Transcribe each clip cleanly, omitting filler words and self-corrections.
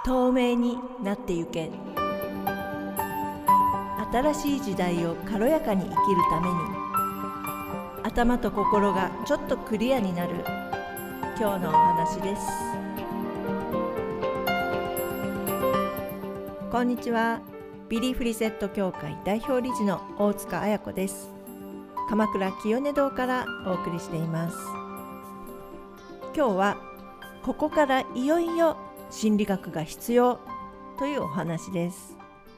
透明になってゆけ。新しい時代を軽やかに生きるために、頭と心がちょっとクリアになる今日のお話です。こんにちは。ビリーフリセット協会代表理事の大塚彩子です。鎌倉清音堂からお送りしています。今日はここからいよいよ心理学が必要というお話です。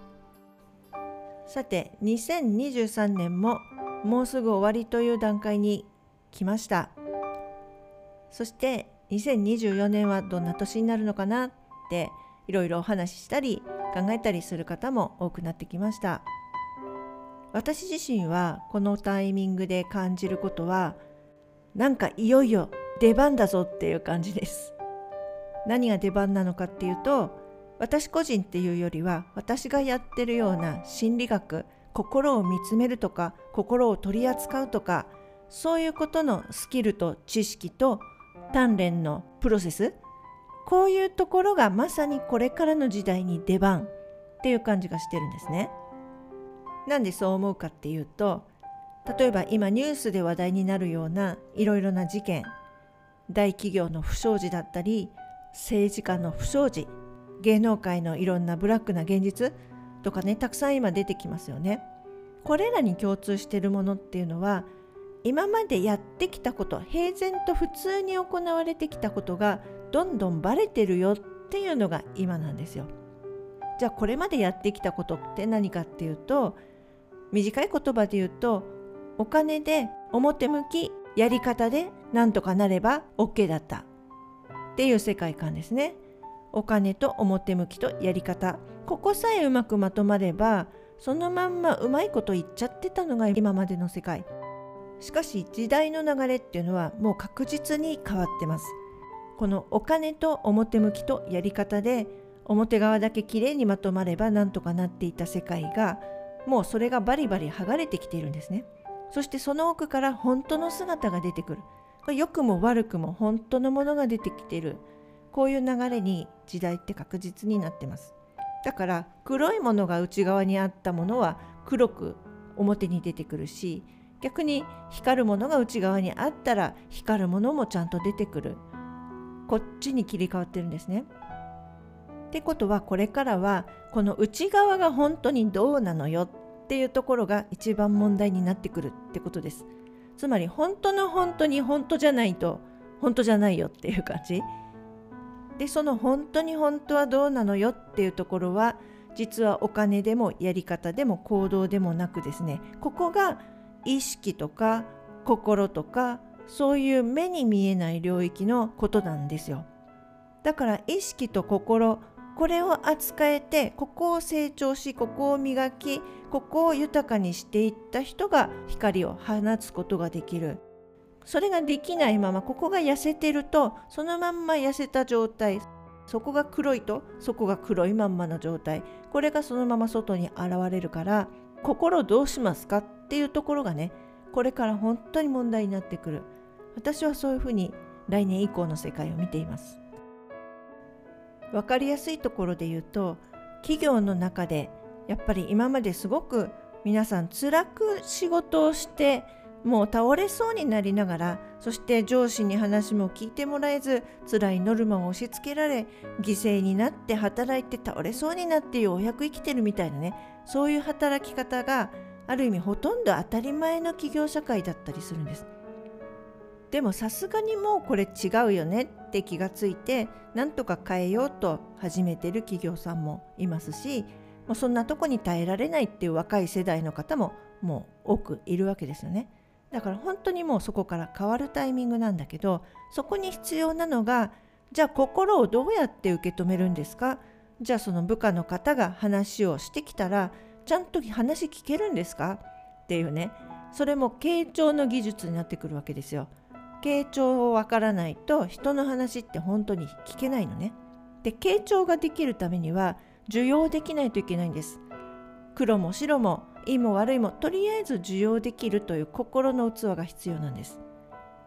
さて、2023年ももうすぐ終わりという段階に来ました。そして2024年はどんな年になるのかなっていろいろお話ししたり考えたりする方も多くなってきました。私自身はこのタイミングで感じることは、なんかいよいよ出番だぞっていう感じです。何が出番なのかっていうと、私個人っていうよりは私がやってるような心理学、心を見つめるとか心を取り扱うとか、そういうことのスキルと知識と鍛錬のプロセス、こういうところがまさにこれからの時代に出番っていう感じがしてるんですね。なんでそう思うかっていうと、例えば今ニュースで話題になるようないろいろな事件、大企業の不祥事だったり、政治家の不祥事、芸能界のいろんなブラックな現実とかね、たくさん今出てきますよね。これらに共通しているものっていうのは、今までやってきたこと、平然と普通に行われてきたことがどんどんバレてるよっていうのが今なんですよ。じゃあこれまでやってきたことって何かっていうと、短い言葉で言うと、お金で表向きやり方でなんとかなれば OK だったっていう世界観ですね。お金と表向きとやり方、ここさえうまくまとまればそのまんまうまいこと言っちゃってたのが今までの世界。しかし時代の流れっていうのはもう確実に変わってます。このお金と表向きとやり方で表側だけきれいにまとまればなんとかなっていた世界が、もうそれがバリバリ剥がれてきているんですね。そしてその奥から本当の姿が出てくる。良くも悪くも本当のものが出てきている。こういう流れに時代って確実になってます。だから黒いものが内側にあったものは黒く表に出てくるし、逆に光るものが内側にあったら光るものもちゃんと出てくる。こっちに切り替わってるんですね。ってことは、これからはこの内側が本当にどうなのよっていうところが一番問題になってくるってことです。つまり本当の本当に本当じゃないと本当じゃないよっていう感じで、その本当に本当はどうなのよっていうところは、実はお金でもやり方でも行動でもなくですね、ここが意識とか心とか、そういう目に見えない領域のことなんですよ。だから意識と心、これを扱えて、ここを成長し、ここを磨き、ここを豊かにしていった人が光を放つことができる。それができないまま、ここが痩せてるとそのまんま痩せた状態、そこが黒いとそこが黒いまんまの状態、これがそのまま外に現れるから、心どうしますかっていうところがね、これから本当に問題になってくる。私はそういうふうに来年以降の世界を見ています。わかりやすいところで言うと、企業の中でやっぱり今まですごく皆さん辛く仕事をして、もう倒れそうになりながら、そして上司に話も聞いてもらえず、辛いノルマを押し付けられ、犠牲になって働いて倒れそうになってようやく生きてるみたいなね、そういう働き方がある意味ほとんど当たり前の企業社会だったりするんです。でもさすがにもうこれ違うよねって気がついて、なんとか変えようと始めてる企業さんもいますし、もうそんなとこに耐えられないっていう若い世代の方ももう多くいるわけですよね。だから本当にもうそこから変わるタイミングなんだけど、そこに必要なのが、じゃあ心をどうやって受け止めるんですか。じゃあその部下の方が話をしてきたらちゃんと話聞けるんですかっていうね、それも傾聴の技術になってくるわけですよ。傾聴をわからないと人の話って本当に聞けないのね。で、傾聴ができるためには受容できないといけないんです。黒も白もいいも悪いもとりあえず受容できるという心の器が必要なんです。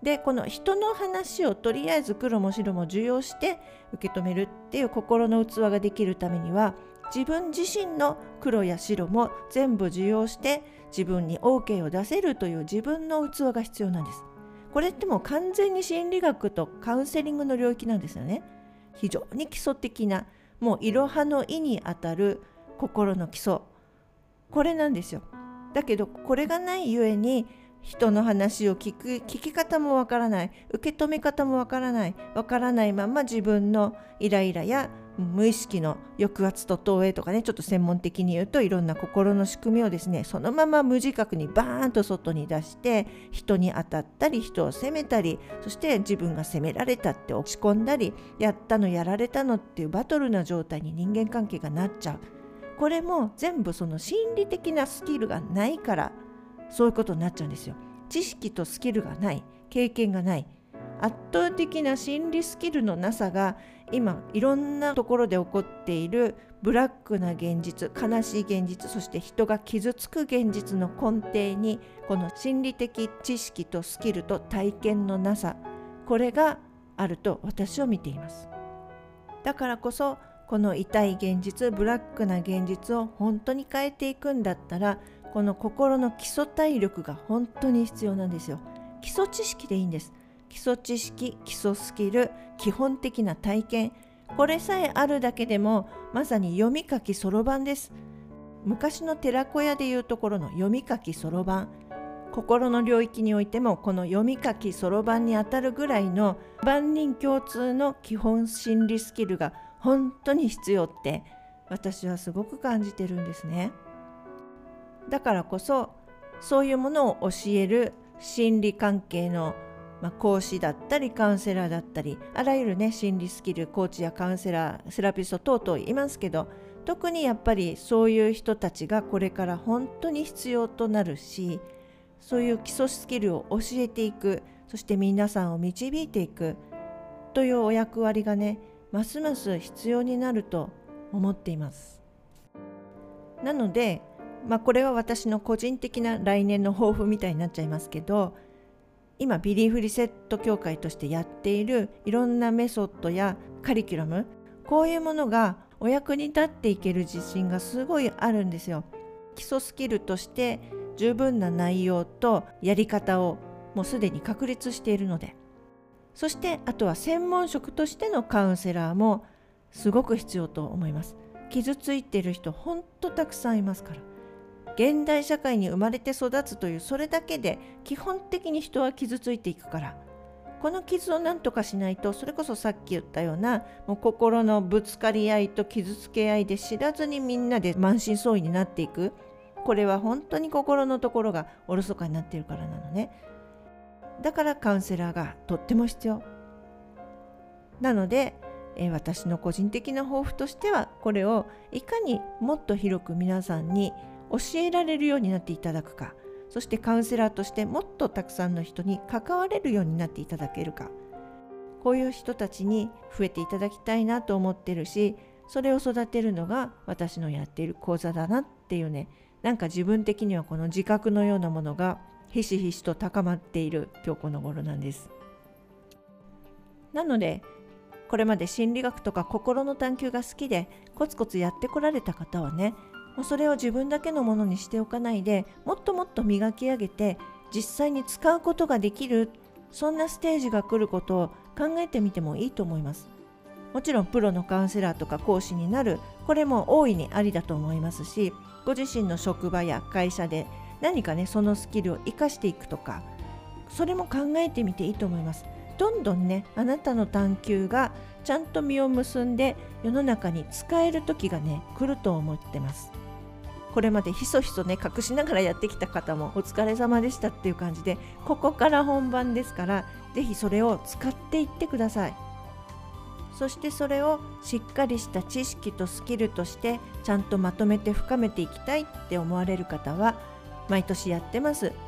でこの人の話をとりあえず黒も白も受容して受け止めるっていう心の器ができるためには、自分自身の黒や白も全部受容して自分に OK を出せるという自分の器が必要なんです。これってもう完全に心理学とカウンセリングの領域なんですよね。非常に基礎的な、もういろはの意にあたる心の基礎、これなんですよ。だけどこれがないゆえに、人の話を聞き方もわからない、受け止め方もわからないまま自分のイライラや無意識の抑圧と投影とかね、ちょっと専門的に言うといろんな心の仕組みをですね、そのまま無自覚にバーンと外に出して、人に当たったり人を責めたり、そして自分が責められたって落ち込んだり、やったのやられたのっていうバトルな状態に人間関係がなっちゃう。これも全部その心理的なスキルがないからそういうことになっちゃうんですよ。知識とスキルがない、経験がない、圧倒的な心理スキルのなさが今いろんなところで起こっているブラックな現実、悲しい現実、そして人が傷つく現実の根底に、この心理的知識とスキルと体験のなさ、これがあると私は見ています。だからこそこの痛い現実、ブラックな現実を本当に変えていくんだったら、この心の基礎体力が本当に必要なんですよ。基礎知識でいいんです。基礎知識、基礎スキル、基本的な体験、これさえあるだけでもまさに読み書きそろばんです。昔の寺子屋でいうところの読み書きそろばん、心の領域においてもこの読み書きそろばんにあたるぐらいの万人共通の基本心理スキルが本当に必要って私はすごく感じてるんですね。だからこそそういうものを教える心理関係の講師だったりカウンセラーだったり、あらゆるね心理スキルコーチやカウンセラー、セラピスト等々いますけど、特にやっぱりそういう人たちがこれから本当に必要となるし、そういう基礎スキルを教えていく、そして皆さんを導いていくというお役割がね、ますます必要になると思っています。なので、これは私の個人的な来年の抱負みたいになっちゃいますけど、今ビリーフリセット協会としてやっているいろんなメソッドやカリキュラム、こういうものがお役に立っていける自信がすごいあるんですよ。基礎スキルとして十分な内容とやり方をもうすでに確立しているので、そしてあとは専門職としてのカウンセラーもすごく必要と思います。傷ついている人ほんとたくさんいますから。現代社会に生まれて育つというそれだけで基本的に人は傷ついていくから、この傷を何とかしないと、それこそさっき言ったようなもう心のぶつかり合いと傷つけ合いで知らずにみんなで満身創痍になっていく、これは本当に心のところがおろそかになっているからなのね。だからカウンセラーがとっても必要なので、私の個人的な抱負としては、これをいかにもっと広く皆さんに教えられるようになっていただくか、そしてカウンセラーとしてもっとたくさんの人に関われるようになっていただけるか、こういう人たちに増えていただきたいなと思ってるし、それを育てるのが私のやっている講座だなっていうね、なんか自分的にはこの自覚のようなものがひしひしと高まっている今日この頃なんです。なのでこれまで心理学とか心の探求が好きでコツコツやってこられた方はね、もうそれを自分だけのものにしておかないで、もっともっと磨き上げて実際に使うことができる、そんなステージが来ることを考えてみてもいいと思います。もちろんプロのカウンセラーとか講師になる、これも大いにありだと思いますし、ご自身の職場や会社で何かねそのスキルを生かしていくとか、それも考えてみていいと思います。どんどんねあなたの探求がちゃんと実を結んで世の中に使える時がね来ると思ってます。これまでひそひそね隠しながらやってきた方もお疲れ様でしたっていう感じで、ここから本番ですから、ぜひそれを使っていってください。そしてそれをしっかりした知識とスキルとしてちゃんとまとめて深めていきたいって思われる方は、毎年やってます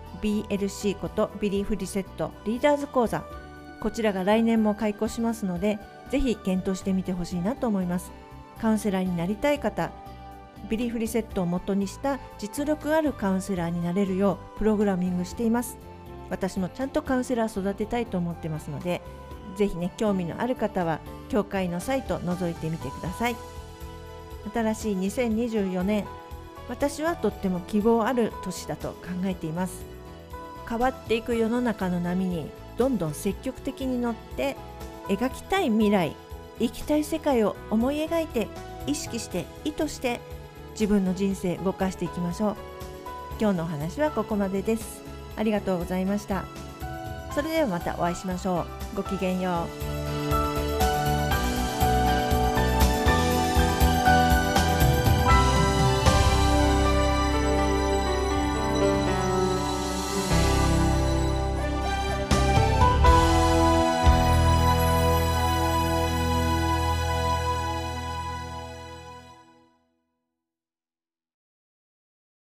BLC ことビリーフリセットリーダーズ講座、こちらが来年も開講しますので、ぜひ検討してみてほしいなと思います。カウンセラーになりたい方、ビリーフリセットを元にした実力あるカウンセラーになれるようプログラミングしています。 私もちゃんとカウンセラー育てたいと思ってますので、ぜひね、興味のある方は協会のサイト覗いてみてください。新しい2024年、私はとっても希望ある年だと考えています。変わっていく世の中の波にどんどん積極的に乗って、描きたい未来、生きたい世界を思い描いて、意識して、意図して自分の人生動かしていきましょう。今日のお話はここまでです。ありがとうございました。それではまたお会いしましょう。ごきげんよう。